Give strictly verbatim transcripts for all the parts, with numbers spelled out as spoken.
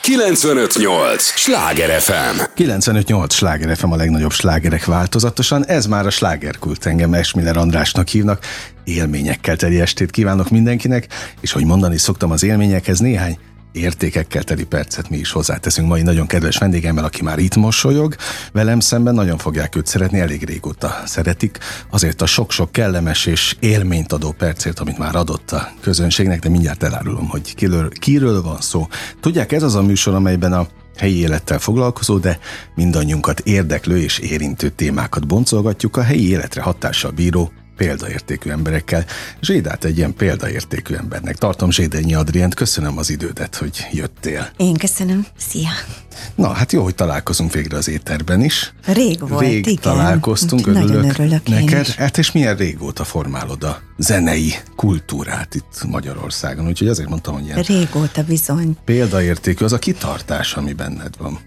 kilencvenöt nyolc Sláger ef em. kilencvenöt nyolc Sláger ef em, a legnagyobb slágerek változatosan. Ez már a slágerkult, engem Esmiller Andrásnak hívnak. Élményekkel teli estét kívánok mindenkinek, és hogy mondani szoktam, az élményekhez néhány értékekkel teli percet mi is hozzáteszünk mai nagyon kedves vendégemmel, aki már itt mosolyog. Velem szemben nagyon fogják őt szeretni, elég régóta szeretik, azért a sok-sok kellemes és élményt adó percért, amit már adott a közönségnek, de mindjárt elárulom, hogy kiről, kiről van szó. Tudják, ez az a műsor, amelyben a helyi élettel foglalkozó, de mindannyiunkat érdeklő és érintő témákat boncolgatjuk a helyi életre hatással bíró példaértékű emberekkel. Zsédát egy ilyen példaértékű embernek tartom. Zsédenyi Adriánt, köszönöm az idődet, hogy jöttél. Én köszönöm. Szia! Na, hát jó, hogy találkozunk végre az éterben is. Rég volt, Rég igen. találkoztunk, Nagyon örülök, örülök neked. is. Hát és milyen régóta formálod a zenei kultúrát itt Magyarországon, úgyhogy azért mondtam, hogy ilyen Régóta bizony. példaértékű az a kitartás, ami benned van.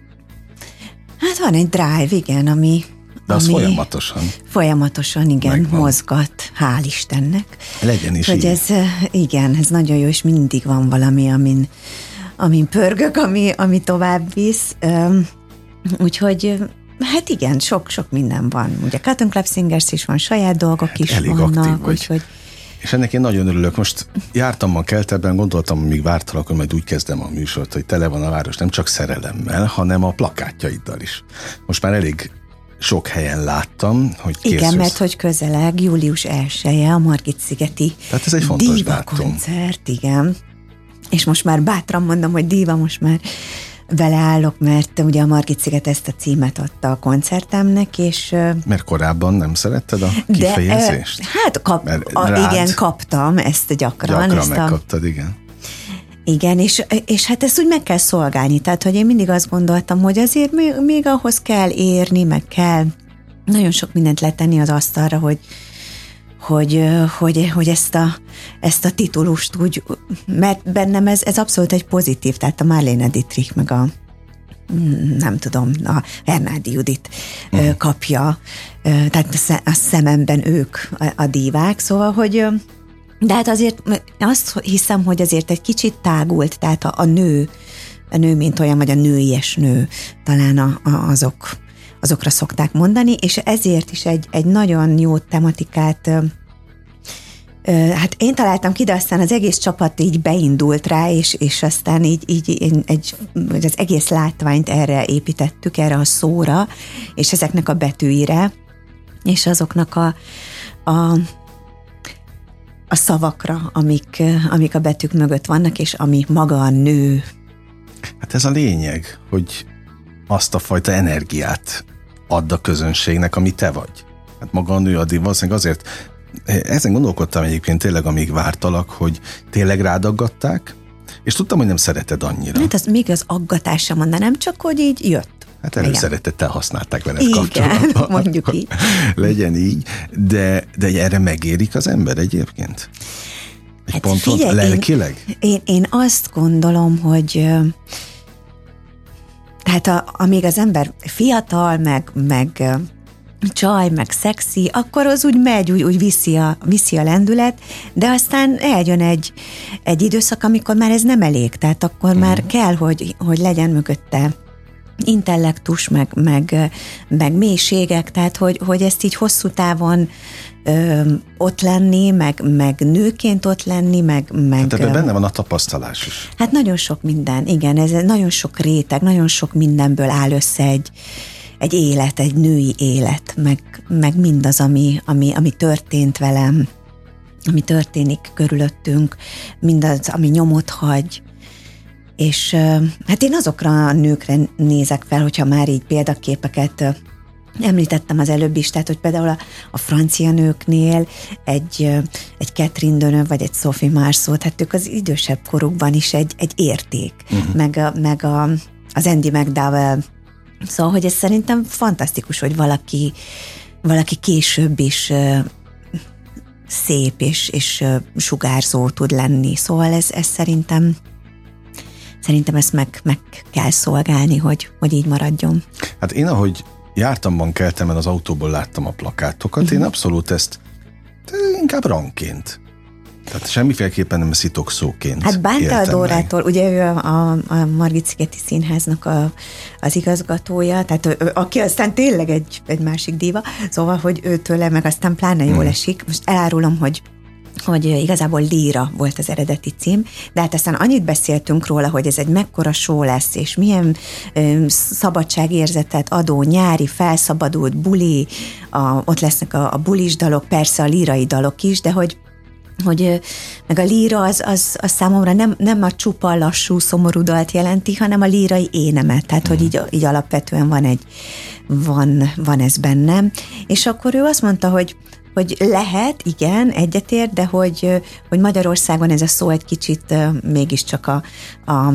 Hát van egy drive, igen, ami... De az ami folyamatosan. Folyamatosan, igen, megvan. Mozgat, hál' Istennek. Legyen is hogy így. ez, igen, ez nagyon jó, és mindig van valami, amin, amin pörgök, ami, ami tovább visz. Üm, úgyhogy, hát igen, sok-sok minden van. Ugye Cotton Club Singers is van, saját dolgok Hát is elég aktív vannak, vagy. úgyhogy... És ennek én nagyon örülök. Most jártam ma Kelteben, gondoltam, amíg vártalak, hogy majd úgy kezdem a műsort, hogy tele van a város nem csak szerelemmel, hanem a plakátjaiddal is. Most már elég sok helyen láttam, hogy készülsz. Igen, mert hogy közeleg, július elseje, a Margit-szigeti Tehát ez egy fontos Díva dátum. koncert, igen. És most már bátran mondom, hogy Díva, most már vele állok, mert ugye a Margit-sziget ezt a címet adta a koncertemnek, és... Mert korábban nem szeretted a kifejezést? De, hát kap, a, rád igen, kaptam ezt gyakran. Gyakran ezt megkaptad, igen. Igen, és, és hát ezt úgy meg kell szolgálni, tehát hogy én mindig azt gondoltam, hogy azért még, még ahhoz kell érni, meg kell nagyon sok mindent letenni az asztalra, hogy, hogy, hogy, hogy ezt, a, ezt a titulust úgy, mert bennem ez, ez abszolút egy pozitív, tehát a Marlene Dietrich meg a nem tudom, a Hernádi Judit uh-huh. kapja, tehát a szememben ők a, a dívák, szóval, hogy de hát azért azt hiszem, hogy azért egy kicsit tágult, tehát a, a nő, a nő, mint olyan, vagy a nőies nő, talán a, a, azok, azokra szokták mondani, és ezért is egy, egy nagyon jó tematikát, ö, ö, hát én találtam ki, de aztán az egész csapat így beindult rá, és, és aztán így, így egy, az egész látványt erre építettük, erre a szóra, és ezeknek a betűire, és azoknak a, a a szavakra, amik, amik a betűk mögött vannak, és ami maga a nő. Hát ez a lényeg, hogy azt a fajta energiát add a közönségnek, ami te vagy. Hát maga a nő addig valószínűleg azért, ezen gondolkodtam egyébként tényleg, amíg vártalak, hogy tényleg rádaggatták, és tudtam, hogy nem szereted annyira. Hát az még az aggatás sem mondanám, csak hogy így jött. Hát előszeretettel használták veled igen, kapcsolatban. mondjuk így. Legyen így, de, de erre megérik az ember egyébként? Egy Hát ponton figyelj, lelkileg? Én, én, én azt gondolom, hogy tehát a, amíg az ember fiatal, meg, meg csaj, meg szexi, akkor az úgy megy, úgy, úgy viszi, a, viszi a lendület, de aztán eljön egy, egy időszak, amikor már ez nem elég, tehát akkor mm. már kell, hogy, hogy legyen mögötte intellektus, meg, meg, meg mélységek, tehát hogy, hogy ezt így hosszú távon ö, ott lenni, meg, meg nőként ott lenni, meg... meg hát ebben benne van a tapasztalás is. Hát nagyon sok minden, igen, ez nagyon sok réteg, nagyon sok mindenből áll össze egy, egy élet, egy női élet, meg, meg mindaz, ami, ami, ami történt velem, ami történik körülöttünk, mindaz, ami nyomot hagy. És hát én azokra a nőkre nézek fel, hogyha már így példaképeket említettem az előbb is, tehát hogy például a, a francia nőknél egy, egy Catherine Deneuve vagy egy Sophie Marceau, hát ők az idősebb korukban is egy, egy érték, uh-huh. meg, a, meg a, az Andy McDowell. Szóval, hogy ez szerintem fantasztikus, hogy valaki, valaki később is szép és, és sugárzó tud lenni. Szóval ez, ez szerintem Szerintem ezt meg, meg kell szolgálni, hogy, hogy így maradjon. Hát én, ahogy jártam Bankeltemen, az autóból láttam a plakátokat, uh-huh. én abszolút ezt inkább rangként Tehát semmiféleképpen nem szitokszóként. Hát Bántal Dórától, ugye ő a, a, a Margit-szigeti Színháznak a, az igazgatója, tehát ő, aki aztán tényleg egy, egy másik díva, szóval, hogy őtőle meg aztán pláne jól hmm. esik. Most elárulom, hogy hogy igazából Líra volt az eredeti cím, de hát aztán annyit beszéltünk róla, hogy ez egy mekkora show lesz, és milyen ö, szabadságérzetet adó, nyári, felszabadult buli, a, ott lesznek a, a bulis dalok, persze a lírai dalok is, de hogy hogy meg a líra az, az, az számomra nem, nem a csupa lassú, szomorú dalt jelenti, hanem a lírai énemet, tehát hogy így, így alapvetően van egy, van, van ez bennem, és akkor ő azt mondta, hogy hogy lehet, igen, egyetért, de hogy, hogy Magyarországon ez a szó egy kicsit uh, mégiscsak a, a,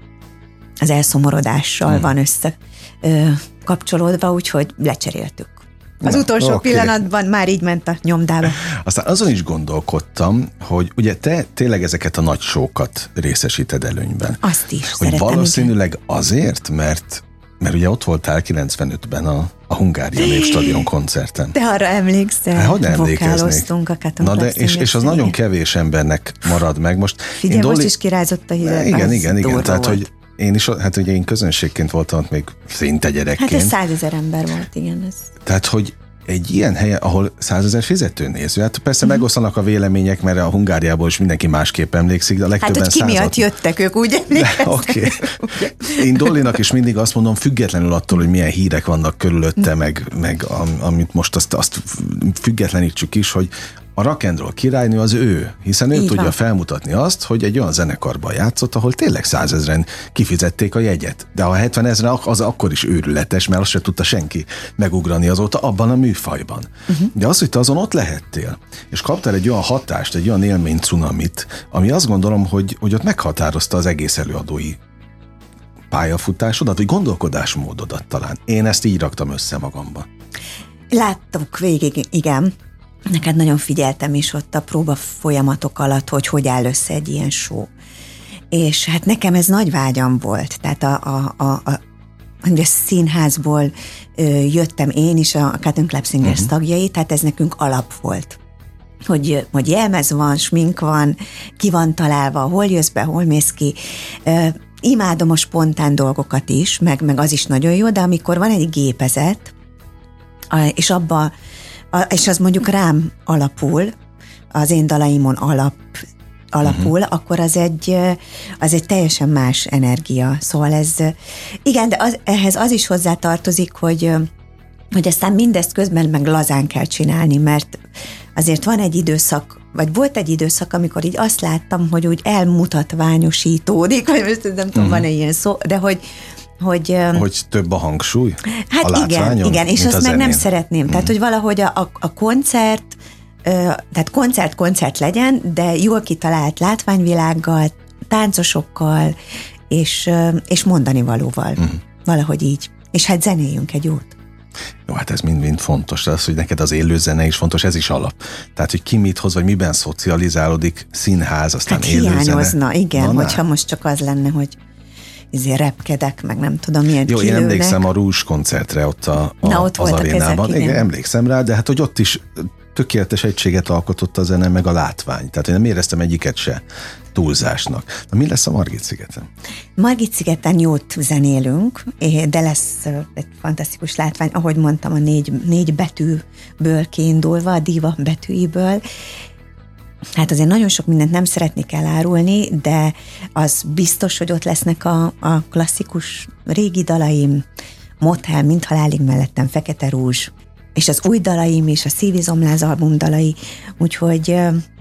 az elszomorodással hmm. van össze uh, kapcsolódva, úgyhogy lecseréltük. Az Na, utolsó okay. pillanatban már így ment a nyomdába. Aztán azon is gondolkodtam, hogy ugye te tényleg ezeket a nagy sókat részesíted előnyben. Azt is Hogy szeretem, valószínűleg igen. azért, mert Mert ugye ott voltál kilencvenötben a, a Hungária Népstadion koncerten. Te arra emlékszel? Hát, hogy emlékeznék? A Na de, és, és az igen. nagyon kevés embernek marad meg. Most Figyelj, most Dolly... is kirázott a hideg. Igen, igen, igen. Tehát, volt. hogy én is, hát ugye én közönségként voltam ott még szinte gyerekként. Hát ez százezer ember volt, igen. Ez. Tehát, hogy egy ilyen helyen, ahol százezer fizető néző. Hát persze mm. megoszlanak a vélemények, mert a Hungáriából is mindenki másképp emlékszik, de a legtöbben hát, hogy ki százat... miatt jöttek ők, úgy emlékeztek. Oké. Okay. Én Dollynak is mindig azt mondom, függetlenül attól, hogy milyen hírek vannak körülötte, mm. meg, meg amit most azt, azt függetlenítsük is, hogy a rock and roll királynő az ő, hiszen ő Így tudja van. felmutatni azt, hogy egy olyan zenekarban játszott, ahol tényleg százezren kifizették a jegyet. De a hetven ezren az akkor is őrületes, mert azt se tudta senki megugrani azóta abban a műfajban. Uh-huh. De az, hogy te azon ott lehettél, és kaptál egy olyan hatást, egy olyan élmény cunamit, ami azt gondolom, hogy, hogy ott meghatározta az egész előadói pályafutásodat, vagy gondolkodásmódodat talán. Én ezt így raktam össze magamba. Láttuk végig, igen. Neked nagyon figyeltem is ott a próba folyamatok alatt, hogy hogy áll össze egy ilyen show. És hát nekem ez nagy vágyam volt. Tehát a, a, a, a, a színházból ö, jöttem én is, a Cotton Club Singers uh-huh. tagjai, tehát ez nekünk alap volt. Hogy, hogy jelmez van, smink van, ki van találva, hol jössz be, hol mész ki. Ö, imádom a spontán dolgokat is, meg, meg az is nagyon jó, de amikor van egy gépezet, és abba A, és az mondjuk rám alapul, az én dalaimon alap, alapul, uh-huh. akkor az egy, az egy teljesen más energia. Szóval ez, igen, de az, ehhez az is hozzátartozik, hogy, hogy aztán mindezt közben meg lazán kell csinálni, mert azért van egy időszak, vagy volt egy időszak, amikor így azt láttam, hogy úgy elmutatványosítódik, vagy most nem tudom, uh-huh. van-e ilyen szó, de hogy Hogy, hogy több a hangsúly? Hát a igen, igen, és azt meg zenén. nem szeretném. Mm. Tehát, hogy valahogy a, a, a koncert, tehát koncert-koncert legyen, de jól kitalált látványvilággal, táncosokkal, és, és mondani valóval. Mm. Valahogy így. És hát zenéljünk egy jót. Jó, hát ez mind-mind fontos. Az, hogy neked az élő zene is fontos, ez is alap. Tehát, hogy ki mit hoz, vagy miben szocializálódik, színház, aztán hát élő zene. hiányozna, igen, Na, hogyha most csak az lenne, hogy ezért repkedek, meg nem tudom, milyen Jó, kilőnek. én emlékszem a Rúzs koncertre ott, a, a, Na, ott az arénában. Ezek, igen. igen, emlékszem rá, de hát, hogy ott is tökéletes egységet alkotott a zene, meg a látvány. Tehát én nem éreztem egyiket se túlzásnak. Na, mi lesz a Margit-szigeten? Margit-szigeten jót zenélünk, de lesz egy fantasztikus látvány, ahogy mondtam, a négy, négy betűből kiindulva, a diva betűiből. Hát azért nagyon sok mindent nem szeretnék elárulni, de az biztos, hogy ott lesznek a, a klasszikus régi dalaim, Motel, Mint halálig mellettem, Fekete Rúzs, és az új dalaim is, a Szívizomláz album dalai, úgyhogy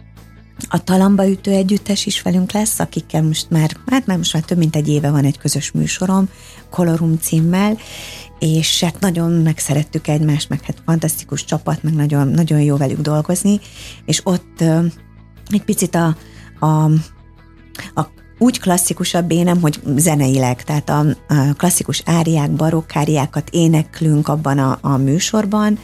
a Talamba ütő együttes is velünk lesz, akikkel most már, hát már most már több mint egy éve van egy közös műsorom, Colorum címmel, és hát nagyon megszerettük egymást, meg hát fantasztikus csapat, meg nagyon, nagyon jó velük dolgozni, és ott egy picit a, a, a úgy klasszikusabb énem, hogy zeneileg, tehát a, a klasszikus áriák, barokk áriákat éneklünk abban a, a műsorban,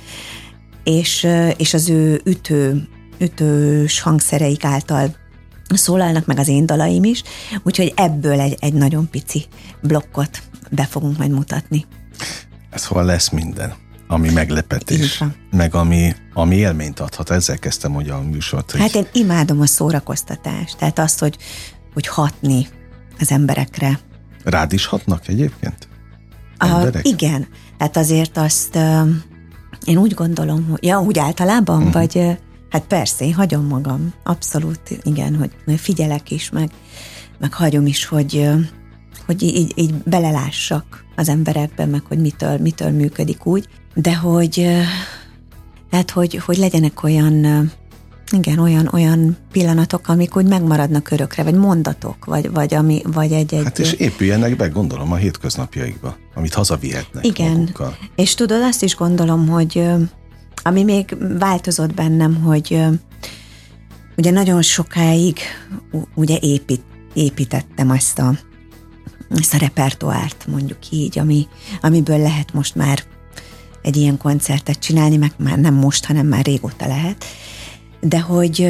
és, és az ő ütő, ütős hangszereik által szólalnak meg az én dalaim is, úgyhogy ebből egy, egy nagyon pici blokkot be fogunk majd mutatni. Ez hol lesz minden. ami meglepetés, meg ami, ami élményt adhat. Ezzel kezdtem ugye a műsort. Hogy... Hát én imádom a szórakoztatást, tehát azt, hogy, hogy hatni az emberekre. Rád is hatnak egyébként? A, igen, tehát azért azt uh, én úgy gondolom, hogy ja, úgy általában, uh-huh. vagy uh, hát persze, én hagyom magam, abszolút, igen, hogy figyelek is, meg, meg hagyom is, hogy, uh, hogy így, így belelássak az emberekben, meg hogy mitől, mitől működik úgy, de hogy uh, tehát, hogy, hogy legyenek olyan uh, igen, olyan, olyan pillanatok, amik úgy megmaradnak örökre, vagy mondatok, vagy, vagy, ami, vagy egy-egy... Hát és épüljenek be, gondolom, a hétköznapjaikba, amit hazavihetnek igen, magukkal. És tudod, azt is gondolom, hogy ami még változott bennem, hogy ugye nagyon sokáig ugye épít, építettem ezt a, ezt a repertoárt, mondjuk így, ami, amiből lehet most már egy ilyen koncertet csinálni, meg már nem most, hanem már régóta lehet. De hogy,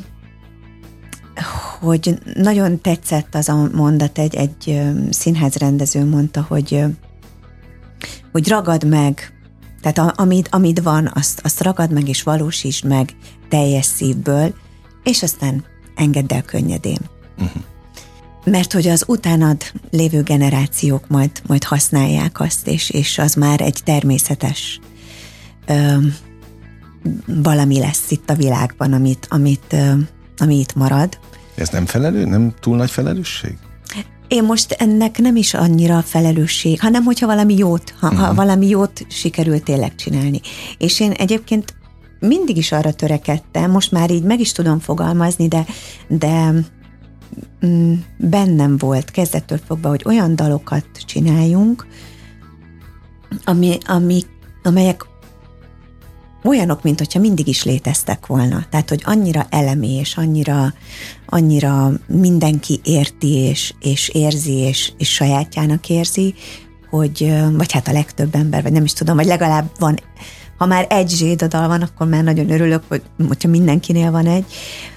hogy nagyon tetszett az a mondat, egy, egy színházrendező mondta, hogy, hogy ragad meg, tehát amit, amit van, azt, azt ragad meg és valósítsd meg teljes szívből, és aztán engedd el könnyedén. Uh-huh. Mert hogy az utánad lévő generációk majd, majd használják azt, és, és az már egy természetes ö, valami lesz itt a világban, amit, amit, ami itt marad. Ez nem felelő? Nem túl nagy felelősség? Én most ennek nem is annyira felelősség, hanem hogyha valami jót, ha, uh-huh. ha valami jót sikerült tényleg csinálni. És én egyébként mindig is arra törekedtem, most már így meg is tudom fogalmazni, de, de mm, bennem volt kezdettől fogva, hogy olyan dalokat csináljunk, ami, ami, amelyek olyanok, mint hogyha mindig is léteztek volna. Tehát, hogy annyira elemi, és annyira, annyira mindenki érti, és, és érzi, és, és sajátjának érzi, hogy, vagy hát a legtöbb ember, vagy nem is tudom, vagy legalább van, ha már egy zsédadal van, akkor már nagyon örülök, hogy, hogyha mindenkinél van egy.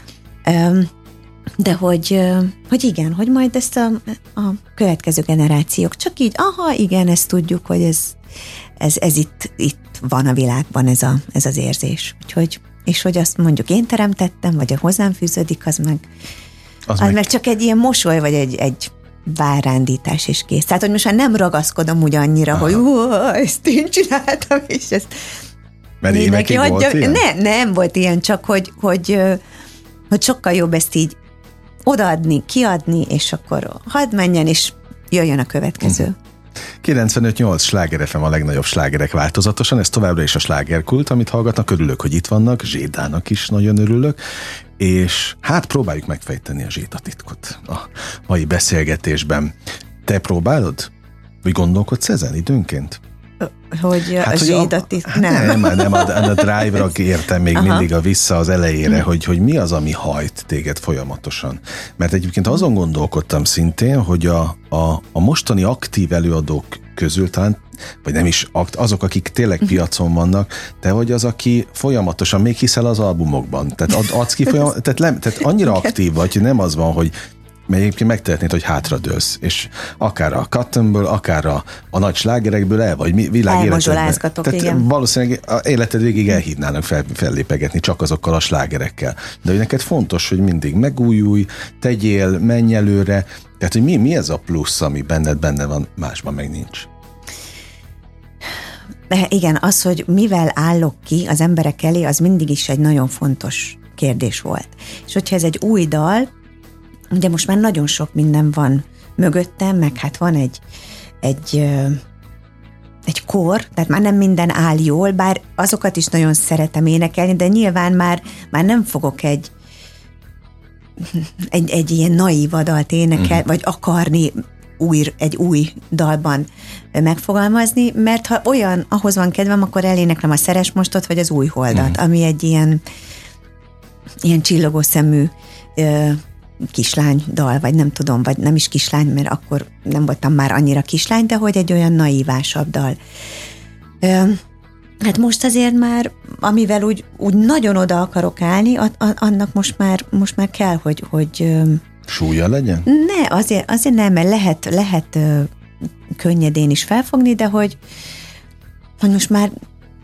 De hogy, hogy igen, hogy majd ezt a, a következő generációk csak így, aha, igen, ezt tudjuk, hogy ez, ez, ez itt, itt van a világban ez, a, ez az érzés. Úgyhogy, és hogy azt mondjuk én teremtettem, vagy a hozzám fűződik, az meg, az, az meg... meg csak egy ilyen mosoly, vagy egy, egy várándítás és kész. Tehát, hogy most már nem ragaszkodom úgy annyira, aha. hogy ezt én csináltam, és ezt mert évekig volt ilyen? Ne, nem volt ilyen, csak hogy, hogy, hogy sokkal jobb ezt így odaadni, kiadni, és akkor hadd menjen, és jöjjön a következő. Uh-huh. kilencvenöt nyolc Sláger ef em a legnagyobb slágerek változatosan, ez továbbra is a slágerkult, amit hallgatnak, örülök, hogy itt vannak, Zsédának is nagyon örülök, és hát próbáljuk megfejteni a Zsédatitkot a mai beszélgetésben. Te próbálod? Vagy gondolkodsz ezen időnként? Hogy hát, a Zsédatitkot nem. Nem, nem, nem a, a drive-ra értem még aha. mindig a vissza az elejére, hmm. hogy, hogy mi az, ami hajt téged folyamatosan. Mert egyébként azon gondolkodtam szintén, hogy a, a, a mostani aktív előadók közül talán, vagy nem is azok, akik tényleg piacon vannak, te vagy az, aki folyamatosan még hiszel az albumokban. Tehát ad, adsz ki folyamatosan, tehát, nem, tehát annyira aktív vagy, hogy nem az van, hogy mert egyébként megtehetnéd, hogy hátradőlsz, és akár a Cottonből, akár a, a nagy slágerekből el vagy világéletedben. Tehát igen. Valószínűleg a életed végig elhívnának fel, fellépegetni csak azokkal a slágerekkel. De hogy neked fontos, hogy mindig megújulj, tegyél, menj előre. Tehát, hogy mi, mi ez a plusz, ami benned benne van, másban meg nincs? De igen, az, hogy mivel állok ki az emberek elé, az mindig is egy nagyon fontos kérdés volt. És hogyha ez egy új dal, ugye most már nagyon sok minden van mögöttem, meg hát van egy, egy, egy kor, tehát már nem minden áll jól, bár azokat is nagyon szeretem énekelni, de nyilván már, már nem fogok egy, egy, egy ilyen naív dalt énekel, uh-huh. vagy akarni új, egy új dalban megfogalmazni, mert ha olyan, ahhoz van kedvem, akkor eléneklem a Szeres mostot, vagy az Új holdat, uh-huh. ami egy ilyen, ilyen csillogó szemű kislány dal, vagy nem tudom, vagy nem is kislány, mert akkor nem voltam már annyira kislány, de hogy egy olyan naívásabb dal. Hát most azért már, amivel úgy, úgy nagyon oda akarok állni, a, a, annak most már, most már kell, hogy, hogy súlya legyen? Ne, azért, azért nem, mert lehet, lehet könnyedén is felfogni, de hogy, hogy most már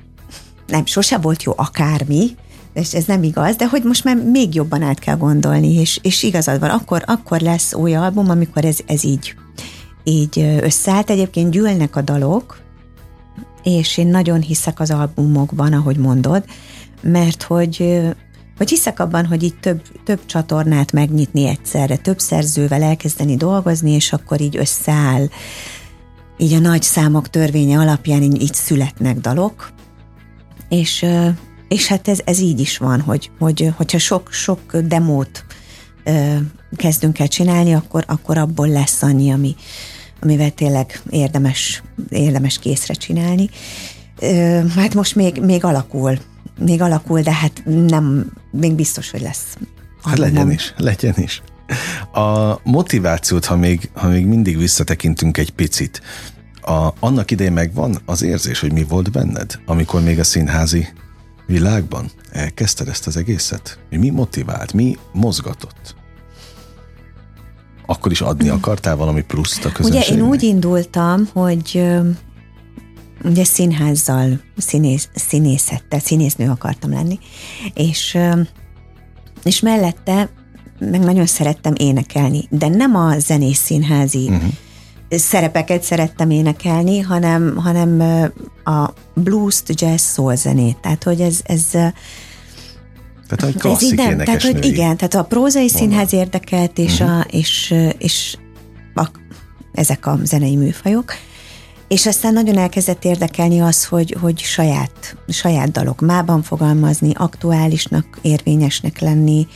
nem, sose volt jó akármi, és ez nem igaz, de hogy most már még jobban át kell gondolni, és, és igazad van, akkor, akkor lesz új album, amikor ez, ez így, így összeállt. Egyébként gyűlnek a dalok, és én nagyon hiszek az albumokban, ahogy mondod, mert hogy, hogy hiszek abban, hogy így több, több csatornát megnyitni egyszerre, több szerzővel elkezdeni dolgozni, és akkor így összeáll, így a nagy számok törvénye alapján így, így születnek dalok, és, és hát ez, ez így is van, hogy, hogy hogyha sok, sok demót kezdünk el csinálni, akkor, akkor abból lesz annyi, ami, amivel tényleg érdemes, érdemes készre csinálni. Hát most még, még alakul, még alakul, de hát nem, még biztos, hogy lesz. Hát legyen is, legyen is. A motivációt, ha még, ha még mindig visszatekintünk egy picit, a, annak idején megvan az érzés, hogy mi volt benned, amikor még a színházi világban elkezdted ezt az egészet? Mi motivált, mi mozgatott? Akkor is adni akartál valami pluszt a közönségnek? Ugye én úgy indultam, hogy ugye színházzal, színész, színészettel, színésznő akartam lenni, és, és mellette meg nagyon szerettem énekelni, de nem a zenés színházi uh-huh. szerepeket szerettem énekelni, hanem, hanem a blues-t, jazz, soul zenét. Tehát, hogy ez, ez Tehát, hogy klasszik ez tehát, hogy igen, tehát a prózai vonal. Színház érdekelt, és, uh-huh. a, és, és a, ezek a zenei műfajok. És aztán nagyon elkezdett érdekelni az, hogy, hogy saját, saját dalok mában fogalmazni, aktuálisnak, érvényesnek lenni,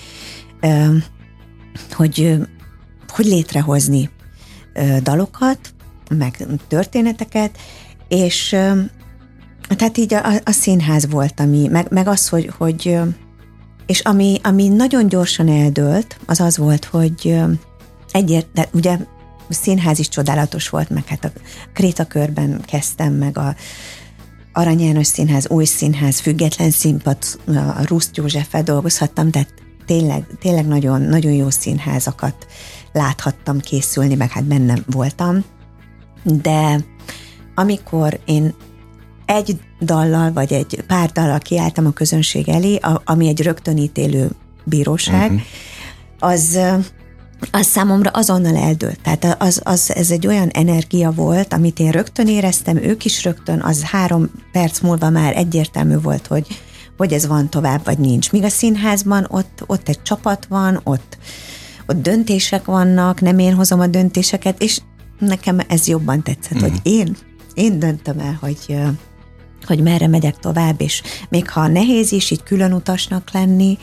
hogy, hogy létrehozni dalokat, meg történeteket, és tehát így a, a színház volt, ami, meg, meg az, hogy, hogy és ami, ami nagyon gyorsan eldőlt, az az volt, hogy egyért, de ugye a színház is csodálatos volt, meg hát a Krétakörben kezdtem, meg a Arany János Színház, Új Színház, Független Színpad, a Ruszt Józseffel dolgozhattam, tehát tényleg, tényleg nagyon, nagyon jó színházakat láthattam készülni, meg hát bennem voltam, de amikor én egy dallal, vagy egy pár dallal kiálltam a közönség elé, a, ami egy rögtönítélő bíróság, uh-huh. az, az számomra azonnal eldőlt. Tehát az, az, ez egy olyan energia volt, amit én rögtön éreztem, ők is rögtön, az három perc múlva már egyértelmű volt, hogy, hogy ez van tovább, vagy nincs. Míg a színházban ott, ott egy csapat van, ott, ott döntések vannak, nem én hozom a döntéseket, és nekem ez jobban tetszett, uh-huh. hogy én, én döntöm el, hogy hogy merre megyek tovább, és még ha nehéz is így külön utasnak lenni,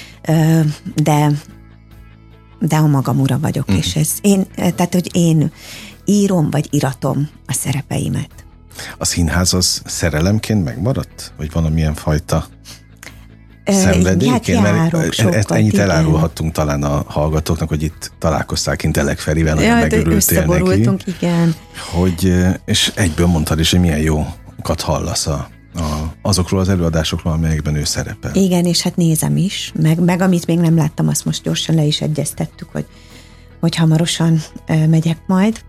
de, de a magam ura vagyok, mm. és ez én, tehát, hogy én írom, vagy iratom a szerepeimet. A színház az szerelemként megmaradt? Vagy valamilyen fajta szenvedélyként? Hát járok sokat, ezt ennyit igen. elárulhattunk talán a hallgatóknak, hogy itt találkoztál kint Elek Ferivel, nagyon ja, megörültél neki. igen. Hogy, és egyből mondtad is, hogy milyen jó kat hallasz a, a, azokról az előadásokról, amelyekben ő szerepel. Igen, és hát nézem is, meg, meg amit még nem láttam, azt most gyorsan le is egyeztettük, hogy, hogy hamarosan ö, megyek majd.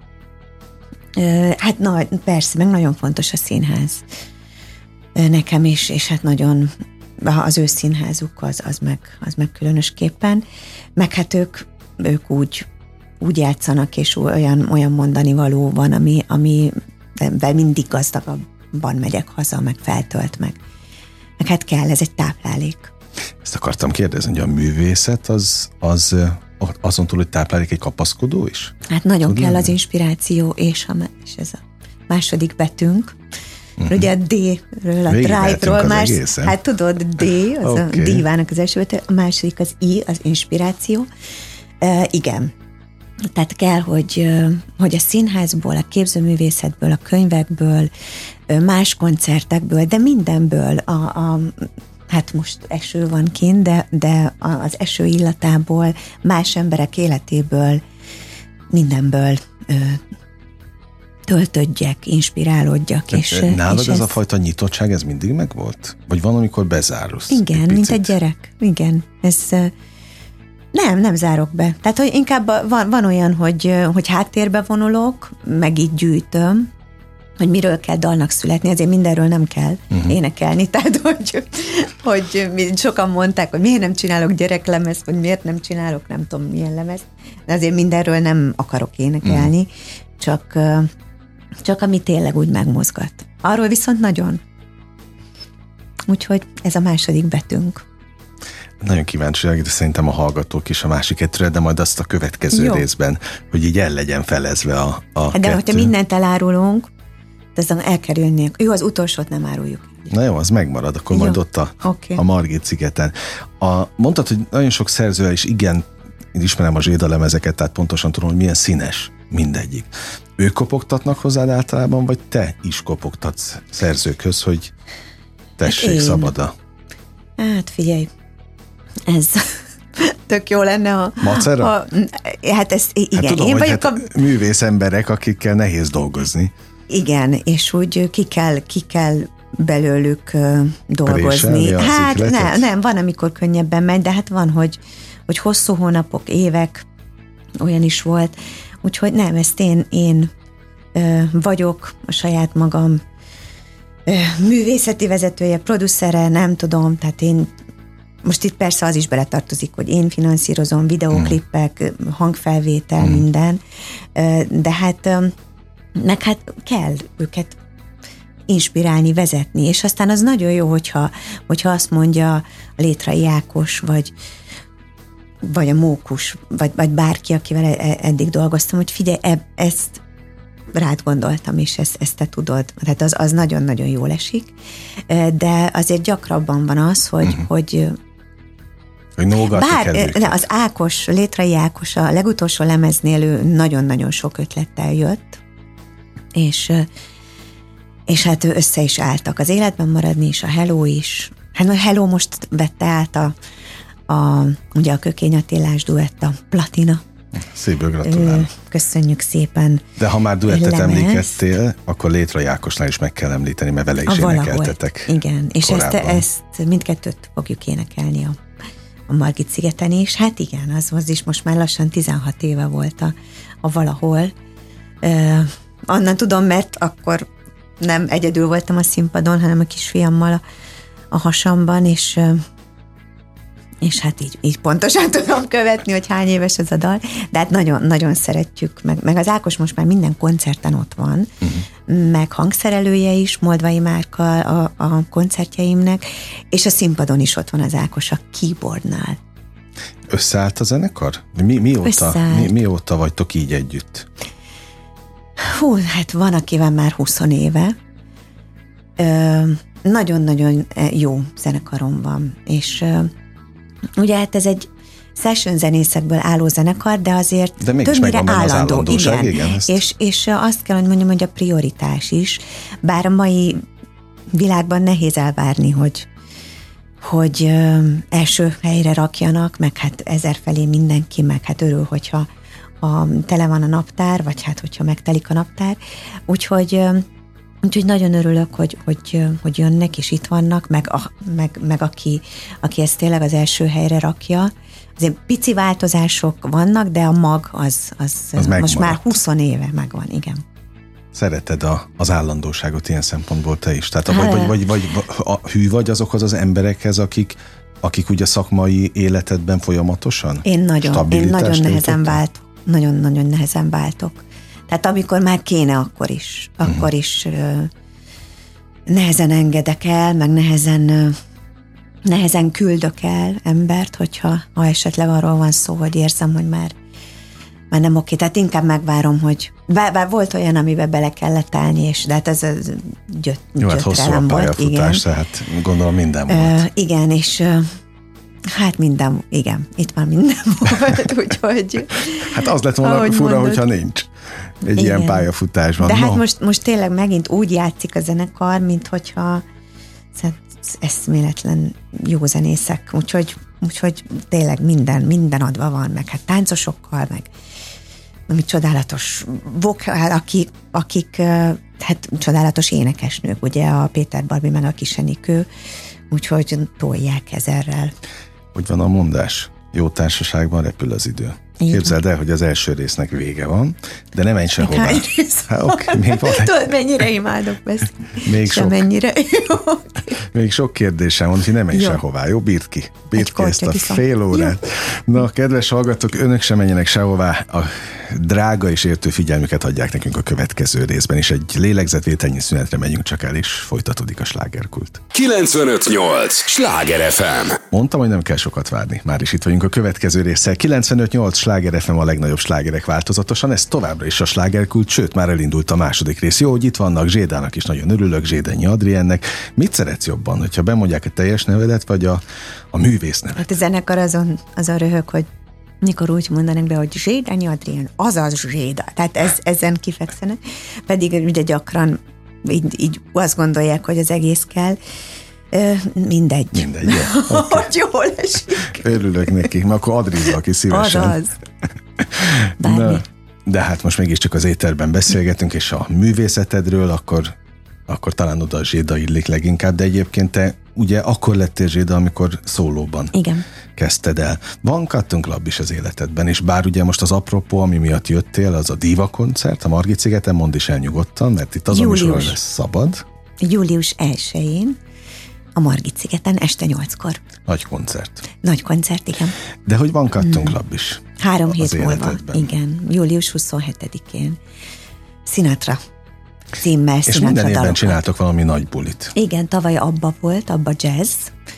Ö, hát na, persze, meg nagyon fontos a színház ö, nekem is, és hát nagyon az ő színházuk az, az, meg, az meg különösképpen, meg hát ők, ők úgy, úgy játszanak, és olyan, olyan mondani való van, ami, amivel mindig gazdagabban megyek haza, meg feltölt meg. Meg hát kell, ez egy táplálék. Ezt akartam kérdezni, hogy a művészet az, az azon túl, hogy táplálék, egy kapaszkodó is? Hát nagyon Tudod kell lenni? az inspiráció, és, a, és ez a második betűnk. Uh-huh. Ugye a D-ről, a Drive-ról, más, hát tudod, D, az okay. A dívának az első betű, a második az I, az inspiráció. Uh, igen. Tehát kell, hogy, hogy a színházból, a képzőművészetből, a könyvekből, más koncertekből, de mindenből, a, a, hát most eső van kint, de, de az eső illatából, más emberek életéből, mindenből ö, töltödjek, inspirálódjak. És, nálad és ez, ez a fajta nyitottság, ez mindig megvolt? Vagy van, amikor bezárulsz? Igen, egy mint egy gyerek. Igen, ez... Nem, nem zárok be. Tehát, hogy inkább van, van olyan, hogy, hogy háttérbe vonulok, meg így gyűjtöm, hogy miről kell dalnak születni, azért mindenről nem kell uh-huh. énekelni, tehát hogy, hogy sokan mondták, hogy miért nem csinálok gyereklemezt, vagy miért nem csinálok nem tudom milyen lemezt, de azért mindenről nem akarok énekelni, uh-huh. csak, csak ami tényleg úgy megmozgat. Arról viszont nagyon. Úgyhogy ez a második betűnk. Nagyon kíváncsi, de szerintem a hallgatók is a másik kettőre, de majd azt a következő Jó. részben, hogy így el legyen felezve a, a De kettő. hogyha mindent elárulunk, de el kell jönni. Jó, az utolsót nem áruljuk. Na jó, az megmarad, akkor jó. Majd ott a, okay. a Margit szigeten. A, mondtad, hogy nagyon sok szerzővel is igen, én ismerem a Zséda lemezeket, tehát pontosan tudom, hogy milyen színes mindegyik. Ők kopogtatnak hozzád általában, vagy te is kopogtatsz szerzőkhöz, hogy tessék, hát szabad-a? Hát figyelj, ez tök jó lenne, ha... Macera? Ha, hát ez, igen. Hát tudom, én hogy vagyok hát a... művész emberek, akikkel nehéz dolgozni. Igen, és úgy ki kell, ki kell belőlük uh, dolgozni. Hát nem, nem, van, amikor könnyebben megy, de hát van, hogy, hogy hosszú hónapok, évek, olyan is volt. Úgyhogy nem, ezt én, én uh, vagyok, a saját magam uh, művészeti vezetője, producere, nem tudom, tehát én most itt persze az is beletartozik, hogy én finanszírozom, videóklippek, mm. hangfelvétel, mm. minden, uh, de hát um, meg hát kell őket inspirálni, vezetni, és aztán az nagyon jó, hogyha, hogyha azt mondja a Létrai Ákos, vagy, vagy a Mókus, vagy, vagy bárki, akivel eddig dolgoztam, hogy figyelj, eb, ezt rád gondoltam, és ezt, ezt te tudod. Tehát az, az nagyon-nagyon jól esik, de azért gyakrabban van az, hogy, uh-huh. hogy bár ne, az Ákos, Létrai Ákos a legutolsó lemeznél ő nagyon-nagyon sok ötlettel jött, és, és hát össze is álltak az életben maradni, és a Hello is. Hát a Hello most vette át a, a ugye a Kökény Attilás duett, a Platina. Szépből gratulálok. Köszönjük szépen. De ha már duettet emlékeztél, akkor Létrai Ákosnál is meg kell említeni, mert vele is a énekeltetek. Igen, és ezt, ezt mindkettőt fogjuk énekelni a, a Margit szigeten is. Hát igen, az, az is most már lassan tizenhat éve volt a, a valahol. Uh, Onnan tudom, mert akkor nem egyedül voltam a színpadon, hanem a kisfiammal a, a hasamban, és, és hát így, így pontosan tudom követni, hogy hány éves ez a dal, de hát nagyon, nagyon szeretjük, meg, meg az Ákos most már minden koncerten ott van, uh-huh. meg hangszerelője is, Moldvai Márka a, a koncertjeimnek, és a színpadon is ott van az Ákos a keyboardnál. Összeállt a zenekar? Mi, mióta, mi, mióta vagytok így együtt? Hú, hát van, akivel már húsz éve. Ö, nagyon-nagyon jó zenekarom van, és ö, ugye hát ez egy session zenészekből álló zenekar, de azért de többnyire állandó. Igen, igen és, és azt kell, hogy mondjam, hogy a prioritás is, bár a mai világban nehéz elvárni, hogy, hogy ö, első helyre rakjanak, meg hát ezer felé mindenki, meg hát örül, hogyha a, tele van a naptár, vagy hát, hogyha megtelik a naptár. Úgyhogy, úgyhogy nagyon örülök, hogy, hogy, hogy jönnek, és itt vannak, meg, a, meg, meg aki, aki ezt tényleg az első helyre rakja. Azért pici változások vannak, de a mag az, az, az most már húsz éve megvan, igen. Szereted a, az állandóságot ilyen szempontból te is? Tehát vagy, vagy, vagy, vagy a, hű vagy azokhoz az emberekhez, akik akik ugye szakmai életedben folyamatosan? Én nagyon, én nagyon nehezen váltok. Nagyon-nagyon nehezen váltok. Tehát amikor már kéne, akkor is. Akkor uh-huh. is uh, nehezen engedek el, meg nehezen, uh, nehezen küldök el embert, hogyha ha esetleg arról van szó, hogy érzem, hogy már, már nem oké. Tehát inkább megvárom, hogy bár, bár volt olyan, amiben bele kellett állni, és de hát ez, ez gyött, Jó, hát hosszú a pályafutás, tehát gondolom minden volt. Uh, igen, és uh, hát minden, igen, itt már minden volt, úgyhogy... Hát az lett volna fura, mondod, hogyha nincs egy igen. ilyen pályafutásban. De no. hát most, most tényleg megint úgy játszik a zenekar, mint hogyha eszméletlen jó zenészek, úgyhogy, úgyhogy tényleg minden, minden adva van, meg hát táncosokkal, meg, meg csodálatos vokál, akik, akik hát csodálatos énekesnők, ugye a Péter Barbi meg a Kisenikő, úgyhogy tolják ezerrel. Hogy van a mondás? Jó társaságban repül az idő. Képzeld el, hogy az első résznek vége van, de nem menj sehová. Hát, okay, még van. Tudod, mennyire imádok ezt. Még sok, mennyire. még sok kérdésem van, hogy nem menj jó. sehová. Jó, bírd ki. Bírd ki ezt a viszont. fél órát. Jó. Na, kedves hallgatók, önök sem menjenek sehová. A drága és értő figyelmüket adják nekünk a következő részben, és egy lélegzetvételnyi szünetre megyünk csak el, és folytatódik a slágerkult. kilencvenöt nyolc Sláger ef em. Mondtam, hogy nem kell sokat várni. Már is itt vagyunk a következő résszel. kilencvenöt nyolc Sláger ef em, a legnagyobb slágerek változatosan. Ez továbbra is a slágerkult, sőt, már elindult a második rész. Jó, hogy itt vannak, Zsédának is nagyon örülök, Zsédenyi Adriennek. Mit szeretsz jobban, hogyha bemondják a teljes nevedet, vagy a, a művész nevet? Hát a zenekar azon, azon röhög, hogy mikor úgy mondanak be, hogy Zsédenyi Adrien, azaz Zséda. Tehát ez, ezen kifekszenek. Pedig ugye gyakran így, így azt gondolják, hogy az egész kell. Ö, mindegy. Mindegy, jó. Okay. Hogy jól esik. Örülök neki, mert akkor Adrizza, aki szívesen. Azaz. Bármi. Na, de hát most mégiscsak az éterben beszélgetünk, és a művészetedről, akkor, akkor talán oda a Zséda illik leginkább, de egyébként te ugye akkor lettél Zséda, amikor szólóban Igen. kezdted el. Van Cotton Club is az életedben, és bár ugye most az apropó, ami miatt jöttél, az a Diva koncert a Margit szigeten, mondd is el nyugodtan, mert itt az a műsorban lesz szabad. július elsején a Margit szigeten este nyolckor. Nagy koncert. Nagy koncert, igen. De hogy van Cotton Club is. Három hét múlva. Igen, július huszonhetedikén. Sinatra címmel, és Sinatra minden évben dalokat. csináltok valami nagy bulit. Igen, tavaly abba volt, abba jazz,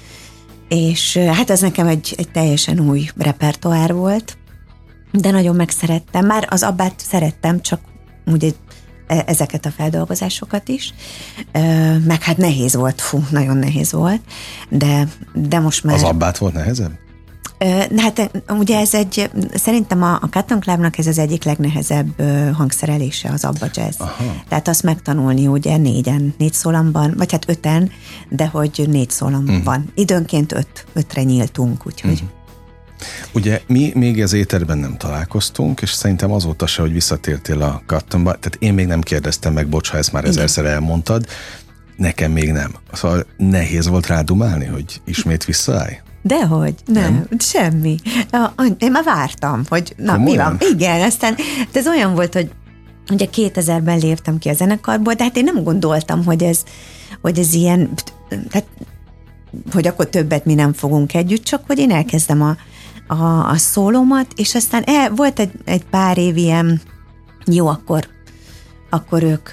és hát ez nekem egy, egy teljesen új repertoár volt, de nagyon megszerettem. Már az abbát szerettem, csak ugye ezeket a feldolgozásokat is, meg hát nehéz volt, fú, nagyon nehéz volt, de, de most már... Az abbát volt nehezebb? Hát ugye ez egy, szerintem a, a Cotton Clubnak ez az egyik legnehezebb hangszerelése, az abba jazz. Aha. Tehát azt megtanulni ugye négyen, négy szólamban, vagy hát öten, de hogy négy szólam uh-huh. van. Időnként öt, ötre nyíltunk, úgyhogy... Uh-huh. Ugye mi még az éterben nem találkoztunk, és szerintem azóta se, hogy visszatértél a Cottonba, tehát én még nem kérdeztem meg, bocs, ha ezt már ezerszer elmondtad, nekem még nem. Szóval nehéz volt rádumálni, hogy ismét visszaállj? Dehogy, nem, nem, semmi. Én már vártam, hogy na, mi van? Igen, aztán ez olyan volt, hogy ugye kétezerben léptem ki a zenekarból, de hát én nem gondoltam, hogy ez, hogy ez ilyen, tehát, hogy akkor többet mi nem fogunk együtt, csak hogy én elkezdem a, a, a szólómat, és aztán el, volt egy, egy pár év ilyen, jó, akkor, akkor ők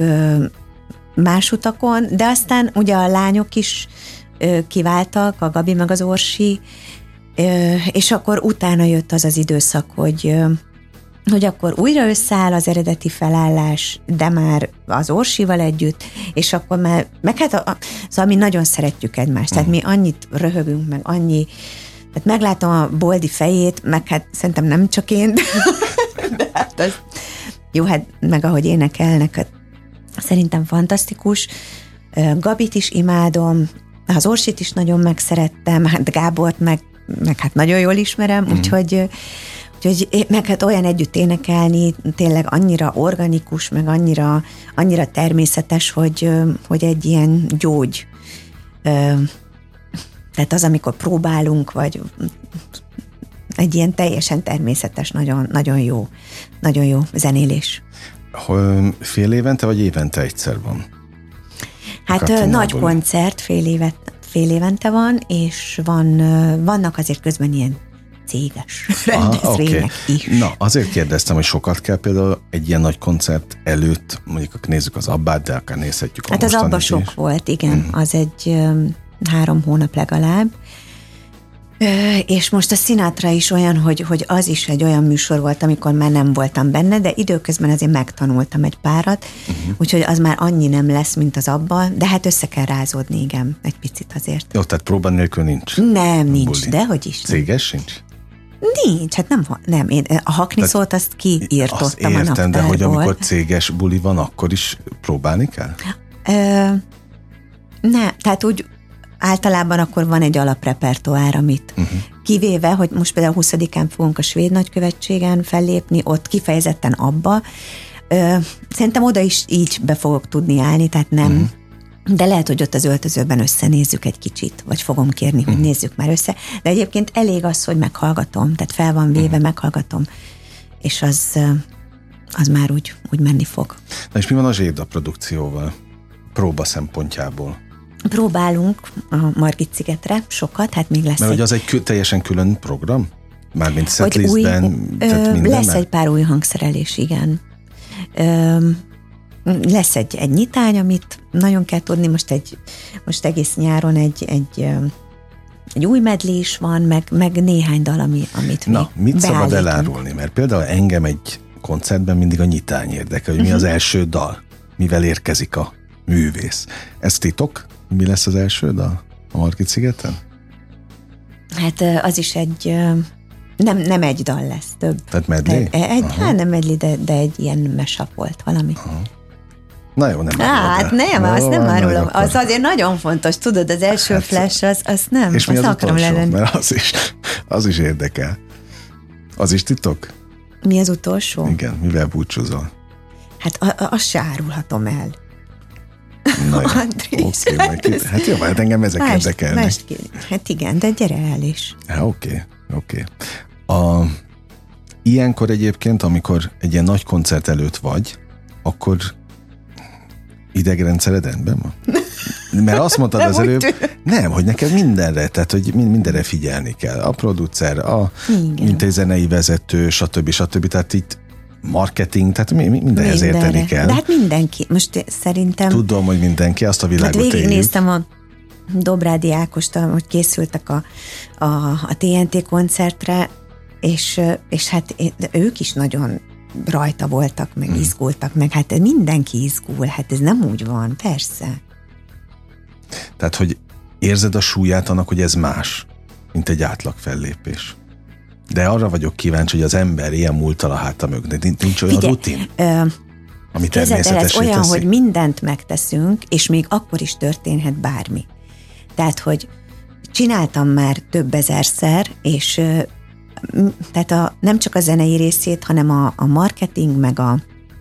más utakon, de aztán ugye a lányok is kiváltak, a Gabi meg az Orsi, és akkor utána jött az az időszak, hogy, hogy akkor újra összeáll az eredeti felállás, de már az Orsival együtt, és akkor már, meg hát a, szóval mi nagyon szeretjük egymást, tehát mi annyit röhögünk, meg annyi, tehát meglátom a Boldi fejét, meg hát szerintem nem csak én, de hát az, jó, hát meg ahogy énekelnek, hát szerintem fantasztikus. Gabit is imádom, az Orsit is nagyon megszerettem, hát Gábort meg, meg hát nagyon jól ismerem, mm. úgyhogy, úgyhogy meg hát olyan együtt énekelni, tényleg annyira organikus, meg annyira, annyira természetes, hogy, hogy egy ilyen gyógy. Tehát az, amikor próbálunk, vagy egy ilyen teljesen természetes, nagyon, nagyon jó, nagyon jó zenélés. Fél évente, vagy évente egyszer van? Hát nagy koncert fél, évet, fél évente van, és van, vannak azért közben ilyen céges rendezvények okay. is. Na, azért kérdeztem, hogy sokat kell például egy ilyen nagy koncert előtt, mondjuk nézzük az abbát, de akár nézhetjük a hát az abba sok is. Volt, igen, mm. az egy um, három hónap legalább. Ö, és most a Sinatra is olyan, hogy, hogy az is egy olyan műsor volt, amikor már nem voltam benne, de időközben azért megtanultam egy párat, uh-huh. úgyhogy az már annyi nem lesz, mint az abban, de hát össze kell rázódni, igen, egy picit azért. Jó, tehát próba nélkül nincs? Nem, nincs, de hogy is. Céges sincs? Nincs, hát nem, nem én a hakni szót azt kiírtottam azt értem, a naptárból. De hogy amikor céges buli van, akkor is próbálni kell? Ö, ne, tehát úgy általában akkor van egy alaprepertoár, amit uh-huh. kivéve, hogy most például huszadikán fogunk a Svéd Nagykövetségen fellépni, ott kifejezetten abba. Ö, szerintem oda is így be fogok tudni állni, tehát nem. Uh-huh. De lehet, hogy ott az öltözőben összenézzük egy kicsit, vagy fogom kérni, hogy uh-huh. nézzük már össze. De egyébként elég az, hogy meghallgatom, tehát fel van véve, uh-huh. meghallgatom és az, az már úgy, úgy menni fog. Na és mi van a Zséda produkcióval? Próba szempontjából. Próbálunk a Margit-szigetre sokat, hát még lesz. Mert egy... hogy az egy kül, teljesen külön program? Mármint setlistben, tehát minden? Lesz egy pár új hangszerelés, igen. Ö, lesz egy, egy nyitány, amit nagyon kell tudni, most, egy, most egész nyáron egy, egy, egy új medley is van, meg, meg néhány dal, ami, amit mi Na, mit beállítunk. szabad elárulni? Mert például engem egy koncertben mindig a nyitány érdekel, hogy mi uh-huh. az első dal, mivel érkezik a művész. Ez titok? Mi lesz az első dal a Margit-szigeten? Hát az is egy, nem, nem egy dal lesz, több. Tehát medley? Te, egy, hát nem medley, de, de egy ilyen mashup volt valami. Aha. Na jó, nem Hát nem, na, azt nem árulom. akkor... Az azért nagyon fontos, tudod, az első hát, flash, az, az nem. És mi azt az akarom utolsó? lenni. Mert az is, az is érdekel. Az is titok? Mi az utolsó? Igen, mivel búcsúzol? Hát a, a, azt se árulhatom el. Na jó, Andrész, okay, hát, majd, hát jó, hát engem ezek mást, érdekelnek. Mást, hát igen, de gyere el is. Hát oké, oké. A Ilyenkor egyébként, amikor egy ilyen nagy koncert előtt vagy, akkor idegrendszered rendben van? Mert azt mondtad az előbb, nem, hogy neked mindenre, tehát hogy mindenre figyelni kell. A producer, a mint egy zenei vezető, stb. stb. Tehát itt marketing, tehát mindenhez mindenre. Érteni kell. De hát mindenki, most szerintem... Tudom, hogy mindenki, azt a világot hát éljük. végignéztem a Dobrádi Ákost, hogy készültek a, a, a té en té koncertre, és, és hát ők is nagyon rajta voltak, meg hmm. izgultak, meg hát mindenki izgul, hát ez nem úgy van, persze. Tehát, hogy érzed a súlyát annak, hogy ez más, mint egy átlag fellépés. De arra vagyok kíváncsi, hogy az ember ilyen múltal a háta mögött. Nincs olyan Figyelj, rutin, ö, ami természetesé ez olyan, teszi. hogy mindent megteszünk, és még akkor is történhet bármi. Tehát, hogy csináltam már több ezerszer, és tehát a, nem csak a zenei részét, hanem a, a marketing, meg a,